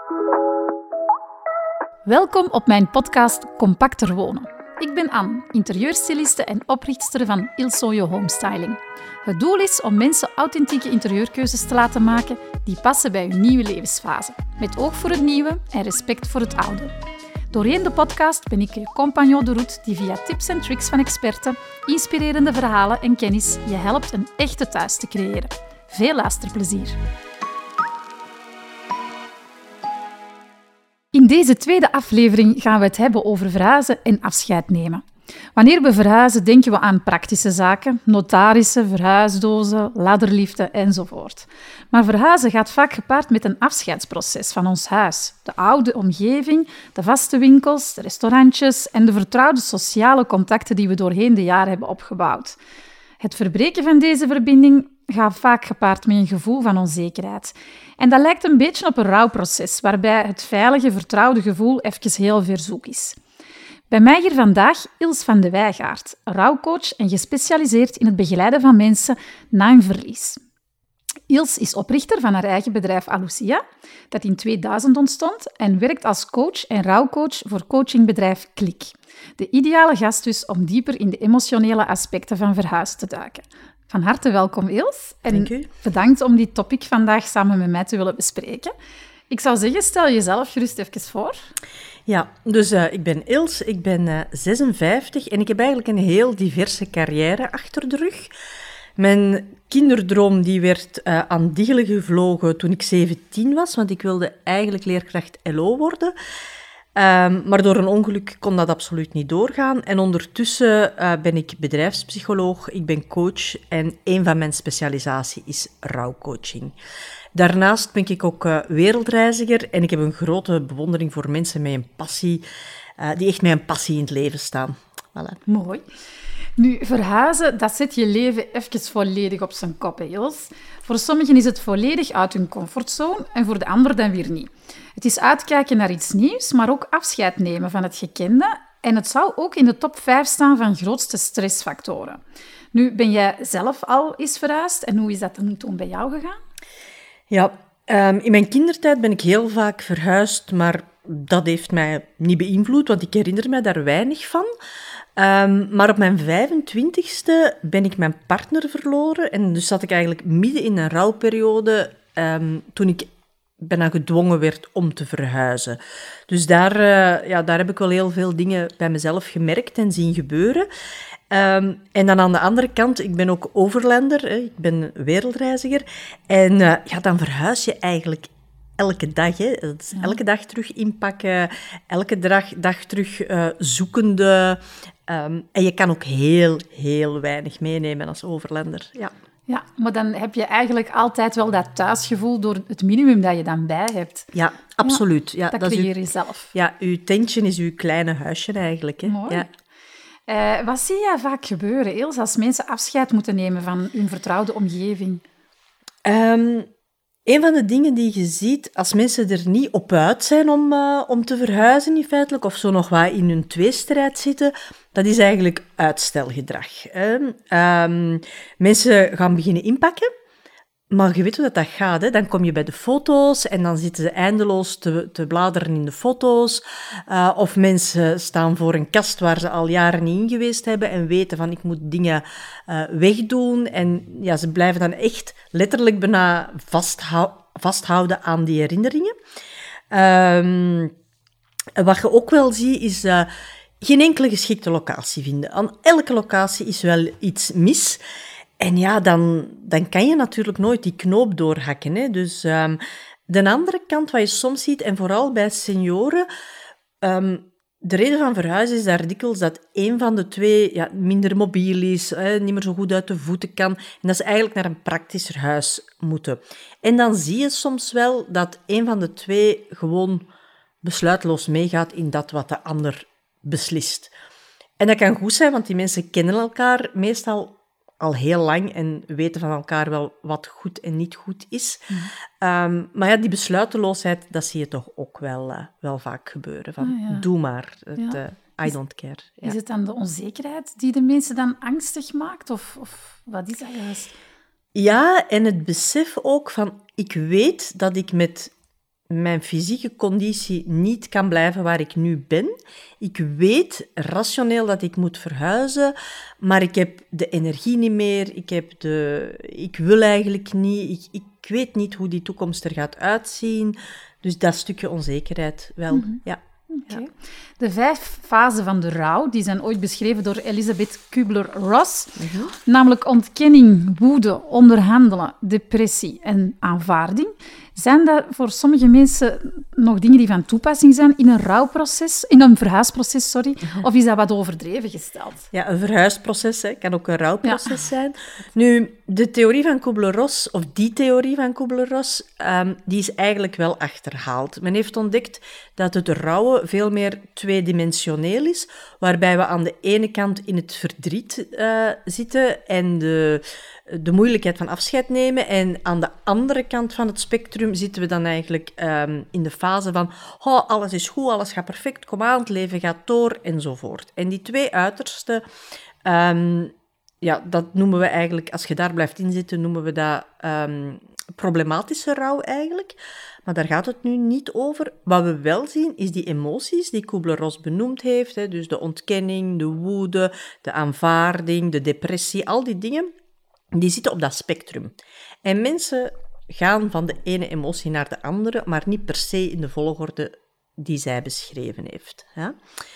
Welkom op mijn podcast Compacter Wonen. Ik ben Anne, interieurstyliste en oprichtster van Il Sogno Homestyling. Het doel is om mensen authentieke interieurkeuzes te laten maken die passen bij hun nieuwe levensfase, met oog voor het nieuwe en respect voor het oude. Doorheen de podcast ben ik je compagnon de route die via tips en tricks van experten, inspirerende verhalen en kennis je helpt een echte thuis te creëren. Veel luisterplezier! In deze tweede aflevering gaan we het hebben over verhuizen en afscheid nemen. Wanneer we verhuizen, denken we aan praktische zaken, notarissen, verhuisdozen, ladderliften enzovoort. Maar verhuizen gaat vaak gepaard met een afscheidsproces van ons huis. De oude omgeving, de vaste winkels, de restaurantjes en de vertrouwde sociale contacten die we doorheen de jaren hebben opgebouwd. Het verbreken van deze verbinding gaat vaak gepaard met een gevoel van onzekerheid. En dat lijkt een beetje op een rouwproces, waarbij het veilige, vertrouwde gevoel even heel ver zoek is. Bij mij hier vandaag Ils van de Wijgaard, rouwcoach en gespecialiseerd in het begeleiden van mensen na een verlies. Ils is oprichter van haar eigen bedrijf Alucia, dat in 2000 ontstond en werkt als coach en rouwcoach voor coachingbedrijf Klik. De ideale gast dus om dieper in de emotionele aspecten van verhuizen te duiken. Van harte welkom, Ils. En dank u. Bedankt om dit topic vandaag samen met mij te willen bespreken. Ik zou zeggen, stel jezelf gerust even voor. Ja, dus ik ben Ils, ik ben 56 en ik heb eigenlijk een heel diverse carrière achter de rug. Mijn kinderdroom die werd aan diggelen gevlogen toen ik 17 was, want ik wilde eigenlijk leerkracht LO worden. Maar door een ongeluk kon dat absoluut niet doorgaan. En ondertussen ben ik bedrijfspsycholoog, ik ben coach en een van mijn specialisaties is rouwcoaching. Daarnaast ben ik ook wereldreiziger en ik heb een grote bewondering voor mensen met een passie, die echt met een passie in het leven staan. Voilà. Mooi. Nu, verhuizen, dat zet je leven even volledig op zijn kop, Ils. Voor sommigen is het volledig uit hun comfortzone en voor de anderen dan weer niet. Het is uitkijken naar iets nieuws, maar ook afscheid nemen van het gekende. En het zou ook in de top 5 staan van grootste stressfactoren. Nu, ben jij zelf al eens verhuisd en hoe is dat dan toen bij jou gegaan? Ja, in mijn kindertijd ben ik heel vaak verhuisd, maar dat heeft mij niet beïnvloed, want ik herinner me daar weinig van. Maar op mijn 25e ben ik mijn partner verloren en dus zat ik eigenlijk midden in een rouwperiode toen ik bijna gedwongen werd om te verhuizen. Dus daar heb ik wel heel veel dingen bij mezelf gemerkt en zien gebeuren. En dan aan de andere kant, ik ben ook overlander, ik ben wereldreiziger. En dan verhuis je eigenlijk elke dag. Dus elke dag terug inpakken, elke dag terug zoekende. En je kan ook heel, heel weinig meenemen als overlander. Ja, maar dan heb je eigenlijk altijd wel dat thuisgevoel door het minimum dat je dan bij hebt. Ja, absoluut. Ja, dat creëer je zelf. Ja, uw tentje is uw kleine huisje eigenlijk. Hè. Mooi. Ja. Wat zie jij vaak gebeuren, Ils, als mensen afscheid moeten nemen van hun vertrouwde omgeving? Een van de dingen die je ziet, als mensen er niet op uit zijn om te verhuizen, in feitelijk, of zo nog wat in hun tweestrijd zitten, dat is eigenlijk uitstelgedrag. Mensen gaan beginnen inpakken, maar je weet hoe dat gaat. Hè? Dan kom je bij de foto's en dan zitten ze eindeloos te bladeren in de foto's. Of mensen staan voor een kast waar ze al jaren niet in geweest hebben en weten van ik moet dingen wegdoen. En ja, ze blijven dan echt letterlijk bijna vasthouden aan die herinneringen. Wat je ook wel ziet is geen enkele geschikte locatie vinden. Aan elke locatie is wel iets mis. En ja, dan kan je natuurlijk nooit die knoop doorhakken. Hè? Dus de andere kant wat je soms ziet, en vooral bij senioren, de reden van verhuizen is daar dikwijls dat een van de twee minder mobiel is, niet meer zo goed uit de voeten kan, en dat ze eigenlijk naar een praktischer huis moeten. En dan zie je soms wel dat een van de twee gewoon besluiteloos meegaat in dat wat de ander beslist. En dat kan goed zijn, want die mensen kennen elkaar meestal al heel lang en weten van elkaar wel wat goed en niet goed is. Maar ja, die besluiteloosheid, dat zie je toch ook wel vaak gebeuren. Van, doe maar, I don't care. Ja. Is het dan de onzekerheid die de mensen dan angstig maakt? Of wat is dat juist? Ja, en het besef ook van, ik weet dat ik met mijn fysieke conditie niet kan blijven waar ik nu ben. Ik weet rationeel dat ik moet verhuizen, maar ik heb de energie niet meer. Ik wil eigenlijk niet. Ik weet niet hoe die toekomst er gaat uitzien. Dus dat stukje onzekerheid wel, ja. Okay. De 5 fasen van de rouw die zijn ooit beschreven door Elisabeth Kübler-Ross. Namelijk ontkenning, woede, onderhandelen, depressie en aanvaarding. Zijn dat voor sommige mensen nog dingen die van toepassing zijn in een verhuisproces, of is dat wat overdreven gesteld? Ja, een verhuisproces kan ook een rouwproces zijn. Nu, de theorie van Kübler-Ross, of die theorie van Kübler-Ross, die is eigenlijk wel achterhaald. Men heeft ontdekt dat het rouwen veel meer tweedimensioneel is, waarbij we aan de ene kant in het verdriet zitten en de moeilijkheid van afscheid nemen. En aan de andere kant van het spectrum zitten we dan eigenlijk in de fase van alles is goed, alles gaat perfect, kom aan, het leven gaat door, enzovoort. En die 2 uitersten, dat noemen we eigenlijk, als je daar blijft inzitten, noemen we dat problematische rouw eigenlijk. Maar daar gaat het nu niet over. Wat we wel zien, is die emoties die Kübler-Ross benoemd heeft, dus de ontkenning, de woede, de aanvaarding, de depressie, al die dingen, die zitten op dat spectrum. En mensen gaan van de ene emotie naar de andere, maar niet per se in de volgorde die zij beschreven heeft. Ja?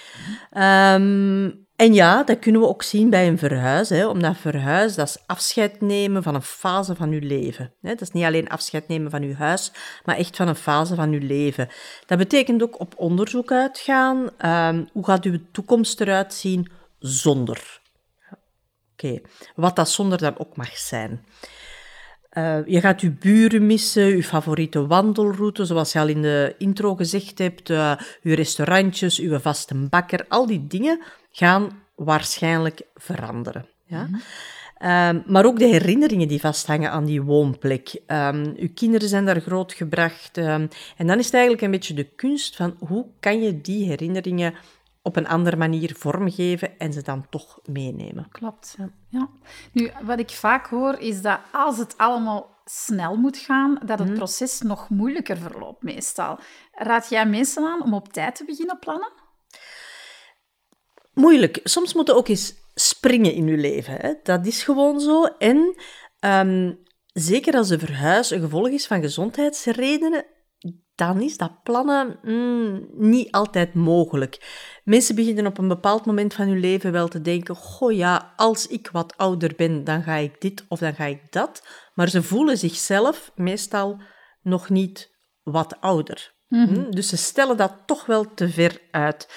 En ja, dat kunnen we ook zien bij een verhuis. Omdat verhuis, dat is afscheid nemen van een fase van je leven. Dat is niet alleen afscheid nemen van je huis, maar echt van een fase van je leven. Dat betekent ook op onderzoek uitgaan. Hoe gaat uw toekomst eruit zien zonder? Oké. Wat dat zonder dan ook mag zijn. Je gaat je buren missen, je favoriete wandelroute, zoals je al in de intro gezegd hebt, je restaurantjes, je vaste bakker, al die dingen gaan waarschijnlijk veranderen. Ja? Maar ook de herinneringen die vasthangen aan die woonplek. Je kinderen zijn daar grootgebracht. En dan is het eigenlijk een beetje de kunst van hoe kan je die herinneringen op een andere manier vormgeven en ze dan toch meenemen. Klopt, ja. Nu, wat ik vaak hoor, is dat als het allemaal snel moet gaan, dat het proces nog moeilijker verloopt meestal. Raad jij mensen aan om op tijd te beginnen plannen? Moeilijk. Soms moet je ook eens springen in je leven. Hè. Dat is gewoon zo. En zeker als de verhuis een gevolg is van gezondheidsredenen, dan is dat plannen niet altijd mogelijk. Mensen beginnen op een bepaald moment van hun leven wel te denken, als ik wat ouder ben, dan ga ik dit of dan ga ik dat. Maar ze voelen zichzelf meestal nog niet wat ouder. Dus ze stellen dat toch wel te ver uit.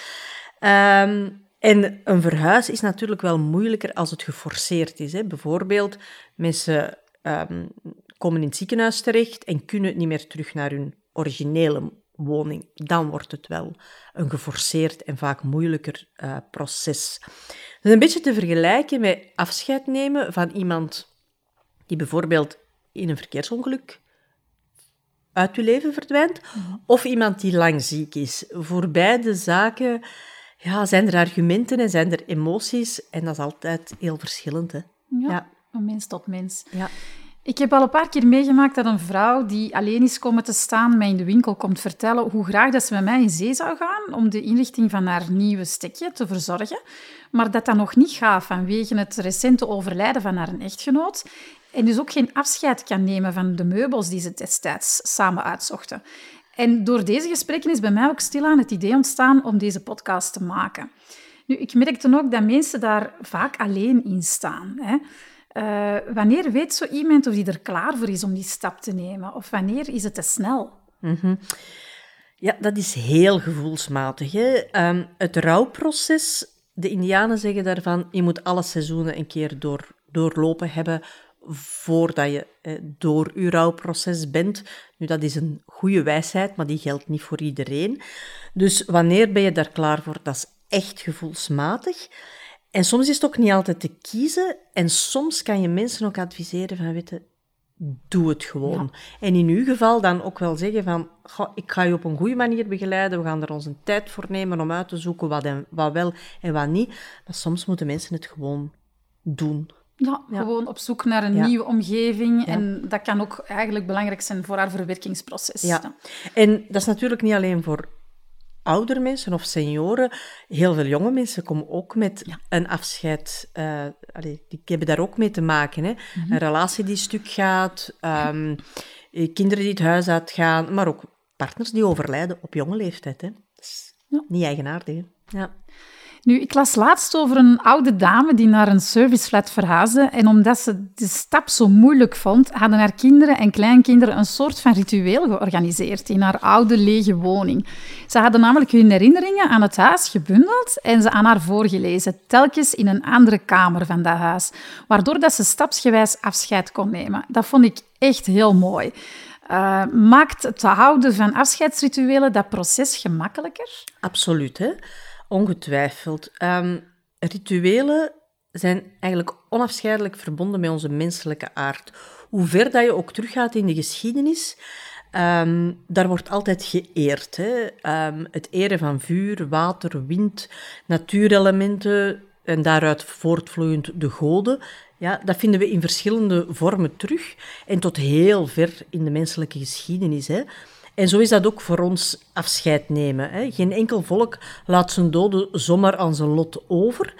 En een verhuis is natuurlijk wel moeilijker als het geforceerd is. Hè. Bijvoorbeeld, mensen komen in het ziekenhuis terecht en kunnen niet meer terug naar hun originele woning. Dan wordt het wel een geforceerd en vaak moeilijker proces. Dat is een beetje te vergelijken met afscheid nemen van iemand die bijvoorbeeld in een verkeersongeluk uit je leven verdwijnt, of iemand die lang ziek is. Voor beide zaken zijn er argumenten en zijn er emoties, en dat is altijd heel verschillend. Hè? Ja, van mens tot mens. Ja. Ik heb al een paar keer meegemaakt dat een vrouw die alleen is komen te staan, mij in de winkel komt vertellen hoe graag dat ze met mij in zee zou gaan om de inrichting van haar nieuwe stekje te verzorgen, maar dat nog niet gaat vanwege het recente overlijden van haar echtgenoot en dus ook geen afscheid kan nemen van de meubels die ze destijds samen uitzochten. En door deze gesprekken is bij mij ook stilaan het idee ontstaan om deze podcast te maken. Nu, ik merkte ook dat mensen daar vaak alleen in staan, hè. Wanneer weet zo iemand of die er klaar voor is om die stap te nemen? Of wanneer is het te snel? Ja, dat is heel gevoelsmatig. Hè? Het rouwproces, de Indianen zeggen daarvan, je moet alle seizoenen een keer doorlopen hebben voordat je door je rouwproces bent. Nu, dat is een goede wijsheid, maar die geldt niet voor iedereen. Dus wanneer ben je daar klaar voor? Dat is echt gevoelsmatig. En soms is het ook niet altijd te kiezen. En soms kan je mensen ook adviseren van, weet je, doe het gewoon. Ja. En in uw geval dan ook wel zeggen van, ik ga je op een goede manier begeleiden. We gaan er onze tijd voor nemen om uit te zoeken wat wel en wat niet. Maar soms moeten mensen het gewoon doen. Ja, gewoon op zoek naar een nieuwe omgeving. Ja. En dat kan ook eigenlijk belangrijk zijn voor haar verwerkingsproces. Ja. En dat is natuurlijk niet alleen voor oudere mensen of senioren. Heel veel jonge mensen komen ook met een afscheid. Die hebben daar ook mee te maken. Hè? Mm-hmm. Een relatie die stuk gaat, kinderen die het huis uitgaan, maar ook partners die overlijden op jonge leeftijd. Hè? Dat is niet eigenaardig. Hè? Ja. Nu, ik las laatst over een oude dame die naar een serviceflat verhuisde en omdat ze de stap zo moeilijk vond, hadden haar kinderen en kleinkinderen een soort van ritueel georganiseerd in haar oude lege woning. Ze hadden namelijk hun herinneringen aan het huis gebundeld en ze aan haar voorgelezen, telkens in een andere kamer van dat huis, waardoor dat ze stapsgewijs afscheid kon nemen. Dat vond ik echt heel mooi. Maakt het houden van afscheidsrituelen dat proces gemakkelijker? Absoluut, hè? Ongetwijfeld. Rituelen zijn eigenlijk onafscheidelijk verbonden met onze menselijke aard. Hoe ver dat je ook teruggaat in de geschiedenis, daar wordt altijd geëerd. Hè? Het eren van vuur, water, wind, natuurelementen en daaruit voortvloeiend de goden. Ja, dat vinden we in verschillende vormen terug en tot heel ver in de menselijke geschiedenis. Hè? En zo is dat ook voor ons afscheid nemen. Hè. Geen enkel volk laat zijn doden zomaar aan zijn lot over.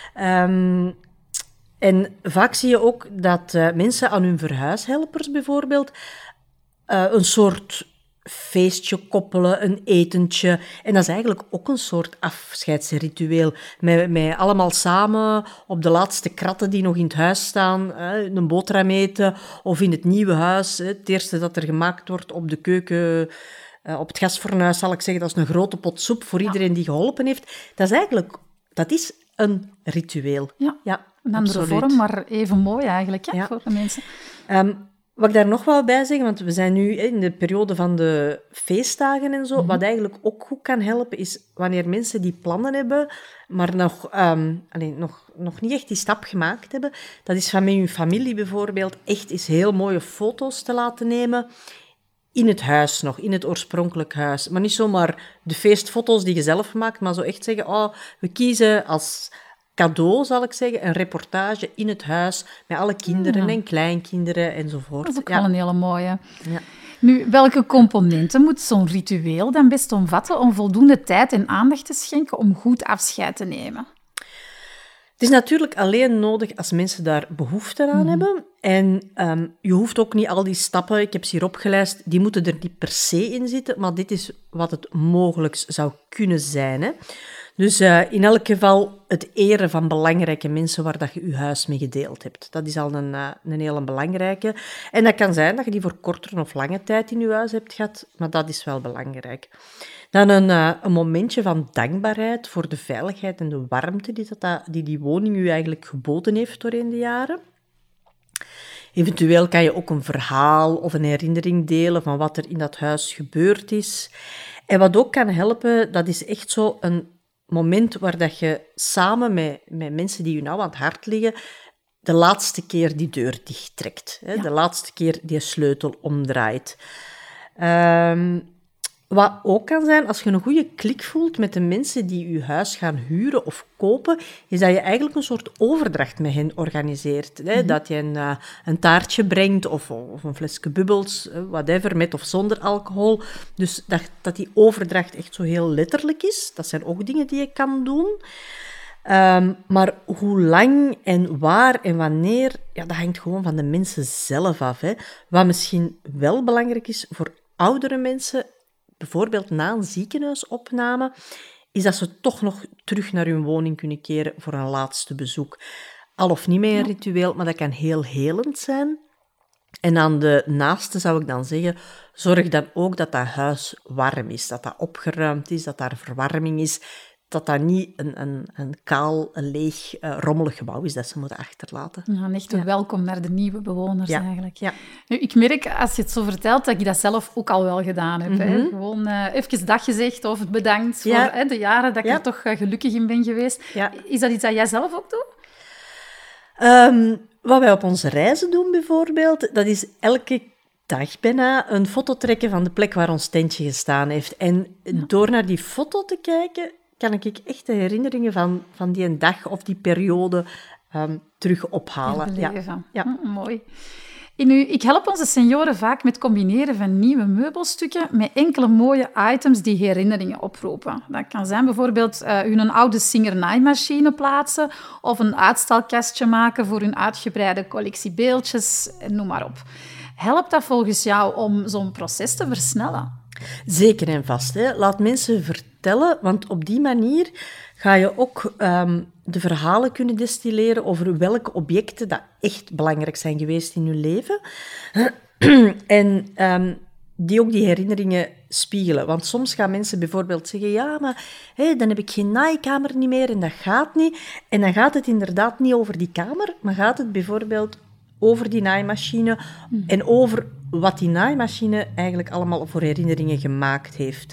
En vaak zie je ook dat mensen aan hun verhuishelpers bijvoorbeeld een soort feestje koppelen, een etentje. En dat is eigenlijk ook een soort afscheidsritueel. Met allemaal samen op de laatste kratten die nog in het huis staan, een boterham eten of in het nieuwe huis. Het eerste dat er gemaakt wordt op de keuken, op het gasfornuis, zal ik zeggen, dat is een grote pot soep voor iedereen die geholpen heeft. Dat is een ritueel. Ja, een andere vorm, maar even mooi eigenlijk voor de mensen. Wat ik daar nog wel bij zeggen, want we zijn nu in de periode van de feestdagen en zo, wat eigenlijk ook goed kan helpen, is wanneer mensen die plannen hebben, maar nog niet echt die stap gemaakt hebben, dat is van met hun familie bijvoorbeeld echt eens heel mooie foto's te laten nemen in het huis nog, in het oorspronkelijk huis. Maar niet zomaar de feestfoto's die je zelf maakt, maar zo echt zeggen, we kiezen als cadeau, zal ik zeggen, een reportage in het huis met alle kinderen en kleinkinderen enzovoort. Dat is ook wel een hele mooie. Ja. Nu, welke componenten moet zo'n ritueel dan best omvatten om voldoende tijd en aandacht te schenken om goed afscheid te nemen? Het is natuurlijk alleen nodig als mensen daar behoefte aan hebben. En je hoeft ook niet al die stappen, ik heb ze hier opgelijst, die moeten er niet per se in zitten, maar dit is wat het mogelijk zou kunnen zijn. Hè. Dus in elk geval het eren van belangrijke mensen waar dat je je huis mee gedeeld hebt. Dat is al een hele belangrijke. En dat kan zijn dat je die voor kortere of lange tijd in je huis hebt gehad, maar dat is wel belangrijk. Dan een momentje van dankbaarheid voor de veiligheid en de warmte die woning u eigenlijk geboden heeft doorheen de jaren. Eventueel kan je ook een verhaal of een herinnering delen van wat er in dat huis gebeurd is. En wat ook kan helpen, dat is echt zo een moment waar dat je samen met mensen die je nou aan het hart liggen, de laatste keer die deur dichttrekt. Hè? Ja. De laatste keer die sleutel omdraait. Wat ook kan zijn, als je een goede klik voelt met de mensen die je huis gaan huren of kopen, is dat je eigenlijk een soort overdracht met hen organiseert. Hè? Mm-hmm. Dat je een taartje brengt of een flesje bubbels, whatever, met of zonder alcohol. Dus dat die overdracht echt zo heel letterlijk is. Dat zijn ook dingen die je kan doen. Maar hoe lang en waar en wanneer, dat hangt gewoon van de mensen zelf af. Hè? Wat misschien wel belangrijk is voor oudere mensen, bijvoorbeeld na een ziekenhuisopname, is dat ze toch nog terug naar hun woning kunnen keren voor een laatste bezoek. Al of niet met een ritueel, maar dat kan heel helend zijn. En aan de naaste zou ik dan zeggen, zorg dan ook dat dat huis warm is, dat dat opgeruimd is, dat daar verwarming is, dat dat niet een kaal, een leeg, rommelig gebouw is dat ze moeten achterlaten. Ja, een echte welkom naar de nieuwe bewoners eigenlijk. Ja. Nu, ik merk, als je het zo vertelt, dat ik dat zelf ook al wel gedaan heb. Hè. Gewoon even dag gezegd of bedankt voor de jaren dat ik er toch gelukkig in ben geweest. Ja. Is dat iets dat jij zelf ook doet? Wat wij op onze reizen doen bijvoorbeeld, dat is elke dag bijna een foto trekken van de plek waar ons tentje gestaan heeft. En door naar die foto te kijken, kan ik echt de herinneringen van die dag of die periode terug ophalen. Ja. Mooi. Ik help onze senioren vaak met combineren van nieuwe meubelstukken met enkele mooie items die herinneringen oproepen. Dat kan zijn bijvoorbeeld hun oude Singer-naaimachine plaatsen of een uitstalkastje maken voor hun uitgebreide collectie beeldjes, noem maar op. Helpt dat volgens jou om zo'n proces te versnellen? Zeker en vast. Hè. Laat mensen vertellen, want op die manier ga je ook de verhalen kunnen destilleren over welke objecten dat echt belangrijk zijn geweest in je leven. En die ook die herinneringen spiegelen. Want soms gaan mensen bijvoorbeeld zeggen, ja, maar dan heb ik geen naaikamer niet meer en dat gaat niet. En dan gaat het inderdaad niet over die kamer, maar gaat het bijvoorbeeld over die naaimachine en over wat die naaimachine eigenlijk allemaal voor herinneringen gemaakt heeft.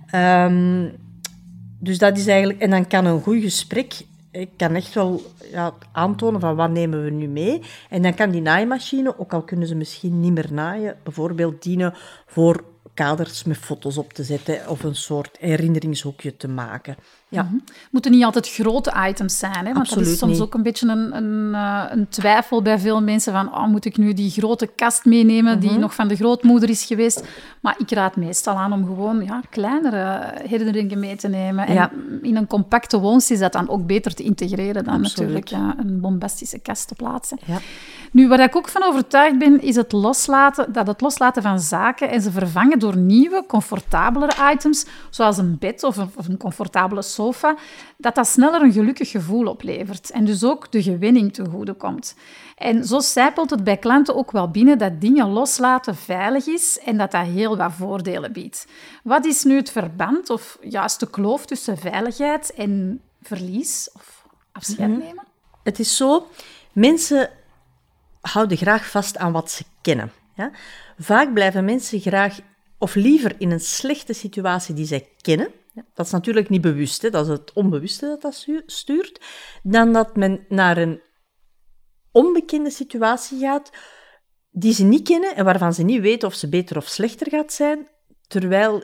Dus dat is eigenlijk... En dan kan een goed gesprek... Ik kan echt wel aantonen van wat nemen we nu mee. En dan kan die naaimachine, ook al kunnen ze misschien niet meer naaien, bijvoorbeeld dienen voor kaders met foto's op te zetten of een soort herinneringshoekje te maken. Ja. Mm-hmm. Moeten niet altijd grote items zijn, hè? Want absoluut dat is soms niet. ook een beetje een twijfel bij veel mensen van moet ik nu die grote kast meenemen die nog van de grootmoeder is geweest? Maar ik raad meestal aan om gewoon kleinere herinneringen mee te nemen. En in een compacte woonst is dat dan ook beter te integreren dan natuurlijk een bombastische kast te plaatsen. Ja. Nu, waar ik ook van overtuigd ben, is het loslaten van zaken en ze vervangen door nieuwe, comfortabelere items, zoals een bed of een comfortabele sofa, dat sneller een gelukkig gevoel oplevert en dus ook de gewenning ten goede komt. En zo sijpelt het bij klanten ook wel binnen dat dingen loslaten veilig is en dat heel wat voordelen biedt. Wat is nu het verband of juist de kloof tussen veiligheid en verlies of afscheid nemen? Het is zo, mensen houden graag vast aan wat ze kennen. Ja? Vaak blijven mensen graag of liever in een slechte situatie die zij kennen. Dat is natuurlijk niet bewust, hè? Dat is het onbewuste dat stuurt. Dan dat men naar een onbekende situatie gaat die ze niet kennen en waarvan ze niet weten of ze beter of slechter gaat zijn, terwijl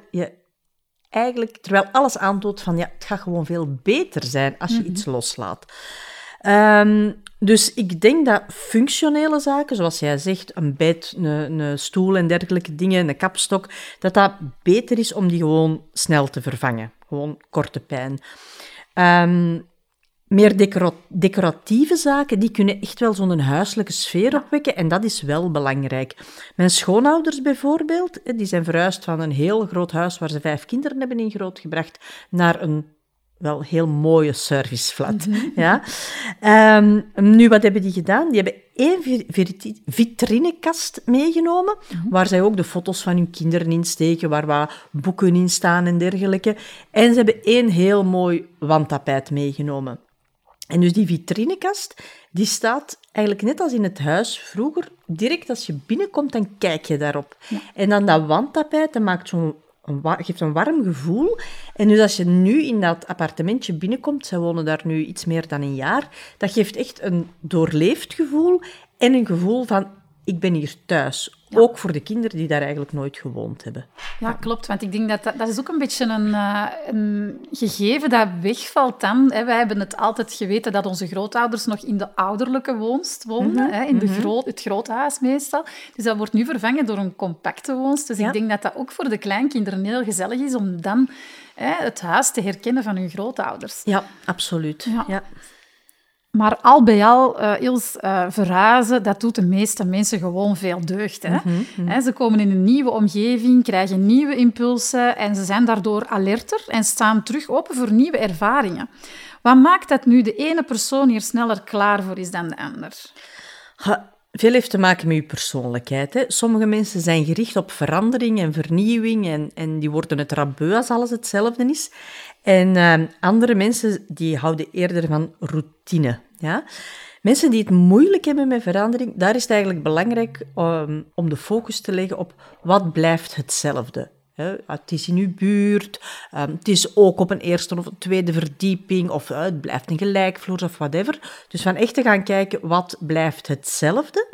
alles aantoont van het gaat gewoon veel beter zijn als je iets loslaat. Dus ik denk dat functionele zaken, zoals jij zegt, een bed, een stoel en dergelijke dingen, een kapstok, dat beter is om die gewoon snel te vervangen. Gewoon korte pijn. Meer decoratieve zaken, die kunnen echt wel zo'n huiselijke sfeer opwekken en dat is wel belangrijk. Mijn schoonouders bijvoorbeeld, die zijn verhuisd van een heel groot huis waar ze 5 kinderen hebben in grootgebracht naar een wel heel mooie serviceflat. Ja. Nu, wat hebben die gedaan? Die hebben 1 vitrinekast meegenomen, waar zij ook de foto's van hun kinderen in steken, waar wat boeken in staan en dergelijke. En ze hebben 1 heel mooi wandtapijt meegenomen. En dus die vitrinekast, die staat eigenlijk net als in het huis vroeger. Direct als je binnenkomt, dan kijk je daarop. Ja. En dan dat wandtapijt, dat maakt geeft een warm gevoel. En dus als je nu in dat appartementje binnenkomt, zij wonen daar nu iets meer dan 1 jaar, dat geeft echt een doorleefd gevoel en een gevoel van, ik ben hier thuis. Ja. Ook voor de kinderen die daar eigenlijk nooit gewoond hebben. Ja, klopt. Want ik denk dat is ook een beetje een gegeven dat wegvalt dan. Hè. Wij hebben het altijd geweten dat onze grootouders nog in de ouderlijke woonst woonden. Hè, in het groothuis meestal. Dus dat wordt nu vervangen door een compacte woonst. Dus ik denk dat dat ook voor de kleinkinderen heel gezellig is om dan het huis te herkennen van hun grootouders. Ja, absoluut. Ja. Maar al bij al, verhuizen, dat doet de meeste mensen gewoon veel deugd. Hè? Ze komen in een nieuwe omgeving, krijgen nieuwe impulsen en ze zijn daardoor alerter en staan terug open voor nieuwe ervaringen. Wat maakt dat nu de ene persoon hier sneller klaar voor is dan de ander? Veel heeft te maken met je persoonlijkheid. Hè. Sommige mensen zijn gericht op verandering en vernieuwing en die worden het rabeu als alles hetzelfde is. En andere mensen die houden eerder van routine. Ja? Mensen die het moeilijk hebben met verandering, daar is het eigenlijk belangrijk om de focus te leggen op wat blijft hetzelfde. Het is in uw buurt, het is ook op een eerste of een tweede verdieping, of het blijft een gelijkvloers of whatever. Dus van echt te gaan kijken, wat blijft hetzelfde?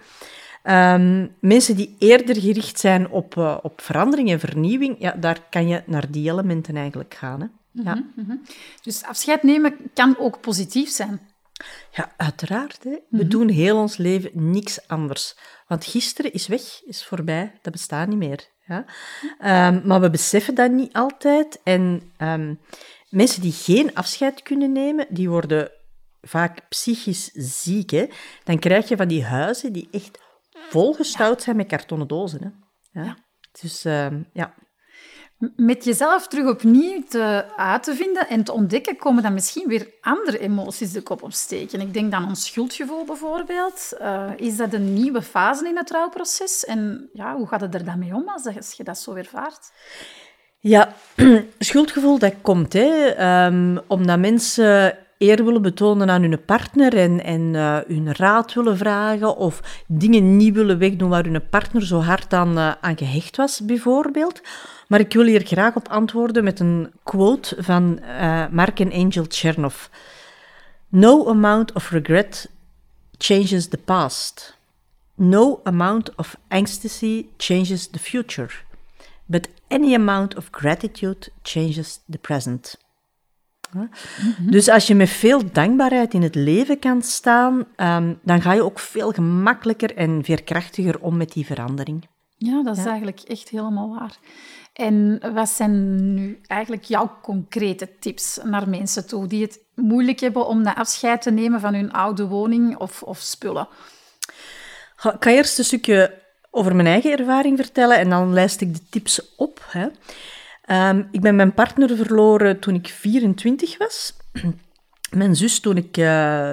Mensen die eerder gericht zijn op verandering en vernieuwing, daar kan je naar die elementen eigenlijk gaan. Hè? Ja. Dus afscheid nemen kan ook positief zijn. Ja, uiteraard. Hè. We doen heel ons leven niks anders. Want gisteren is weg, is voorbij, dat bestaat niet meer. Ja? Maar we beseffen dat niet altijd. En mensen die geen afscheid kunnen nemen, die worden vaak psychisch ziek. Hè. Dan krijg je van die huizen die echt volgestouwd zijn met kartonnen dozen. Hè. Ja. Dus ja... Met jezelf terug opnieuw uit te vinden en te ontdekken, komen dan misschien weer andere emoties de kop opsteken. Ik denk dan aan schuldgevoel bijvoorbeeld. Is dat een nieuwe fase in het rouwproces? En ja, hoe gaat het er dan mee om als je dat zo ervaart? Ja, schuldgevoel, dat komt. Omdat mensen eer willen betonen aan hun partner en hun raad willen vragen of dingen niet willen wegdoen waar hun partner zo hard aan gehecht was, bijvoorbeeld. Maar ik wil hier graag op antwoorden met een quote van Mark en Angel Chernoff. No amount of regret changes the past. No amount of ecstasy changes the future. But any amount of gratitude changes the present. Dus als je met veel dankbaarheid in het leven kan staan, dan ga je ook veel gemakkelijker en veerkrachtiger om met die verandering. Ja, dat is eigenlijk echt helemaal waar. En wat zijn nu eigenlijk jouw concrete tips naar mensen toe die het moeilijk hebben om dat afscheid te nemen van hun oude woning of spullen? Ik ga eerst een stukje over mijn eigen ervaring vertellen en dan lijst ik de tips op. Hè. Ik ben mijn partner verloren toen ik 24 was. Mijn zus toen ik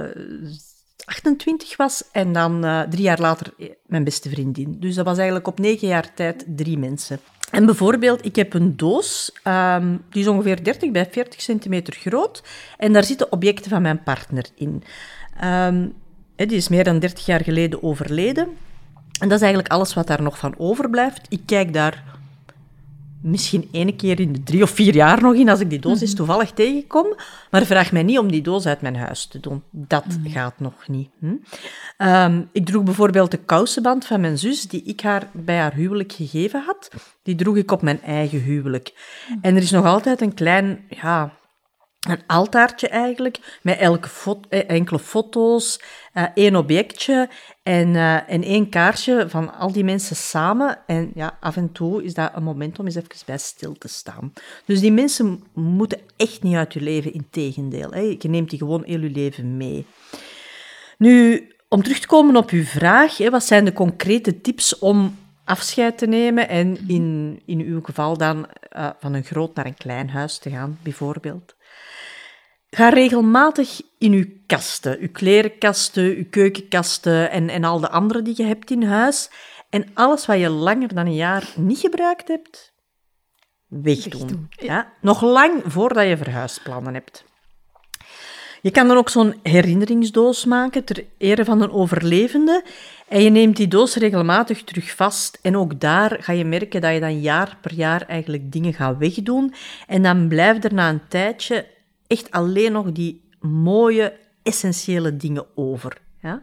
28 was en dan 3 jaar later mijn beste vriendin. Dus dat was eigenlijk op 9 jaar tijd 3 mensen. En bijvoorbeeld, ik heb een doos, die is ongeveer 30 bij 40 centimeter groot. En daar zitten objecten van mijn partner in. Die is meer dan 30 jaar geleden overleden. En dat is eigenlijk alles wat daar nog van overblijft. Ik kijk daar misschien 1 keer in de 3 of 4 jaar nog in, als ik die doos eens toevallig tegenkom. Maar vraag mij niet om die doos uit mijn huis te doen. Dat gaat nog niet. Ik droeg bijvoorbeeld de kousenband van mijn zus, die ik haar bij haar huwelijk gegeven had. Die droeg ik op mijn eigen huwelijk. En er is nog altijd een klein... een altaartje eigenlijk, met enkele foto's, 1 objectje en 1 kaarsje van al die mensen samen. En ja, af en toe is dat een moment om eens even bij stil te staan. Dus die mensen moeten echt niet uit je leven, integendeel. Hè. Je neemt die gewoon heel je leven mee. Nu, om terug te komen op uw vraag, wat zijn de concrete tips om afscheid te nemen en in uw geval dan van een groot naar een klein huis te gaan, bijvoorbeeld? Ga regelmatig in uw kasten, uw klerenkasten, uw keukenkasten en al de andere die je hebt in huis. En alles wat je langer dan een jaar niet gebruikt hebt, wegdoen. Ja? Nog lang voordat je verhuisplannen hebt. Je kan dan ook zo'n herinneringsdoos maken ter ere van een overlevende. En je neemt die doos regelmatig terug vast. En ook daar ga je merken dat je dan jaar per jaar eigenlijk dingen gaat wegdoen. En dan blijft er na een tijdje echt alleen nog die mooie, essentiële dingen over. Ja?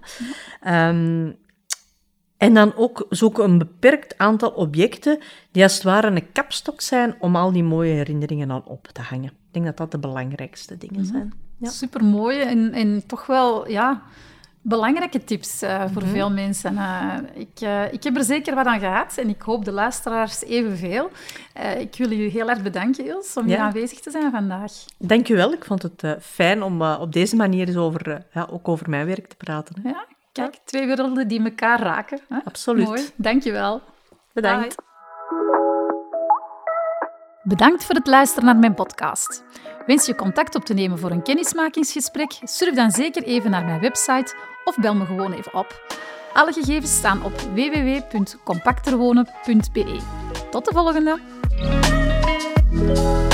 En dan ook zoeken een beperkt aantal objecten die als het ware een kapstok zijn om al die mooie herinneringen aan op te hangen. Ik denk dat dat de belangrijkste dingen zijn. Ja. Supermooi en toch wel belangrijke tips voor veel mensen. Ik heb er zeker wat aan gehad en ik hoop de luisteraars evenveel. Ik wil u heel erg bedanken, Ilse, om hier aanwezig te zijn vandaag. Dank u wel. Ik vond het fijn om op deze manier eens ook over mijn werk te praten. Hè. Ja, kijk, 2 werelden die elkaar raken. Hè? Absoluut. Mooi. Dank je wel. Bedankt. Bye. Bedankt voor het luisteren naar mijn podcast. Wens je contact op te nemen voor een kennismakingsgesprek? Surf dan zeker even naar mijn website of bel me gewoon even op. Alle gegevens staan op www.compacterwonen.be. Tot de volgende!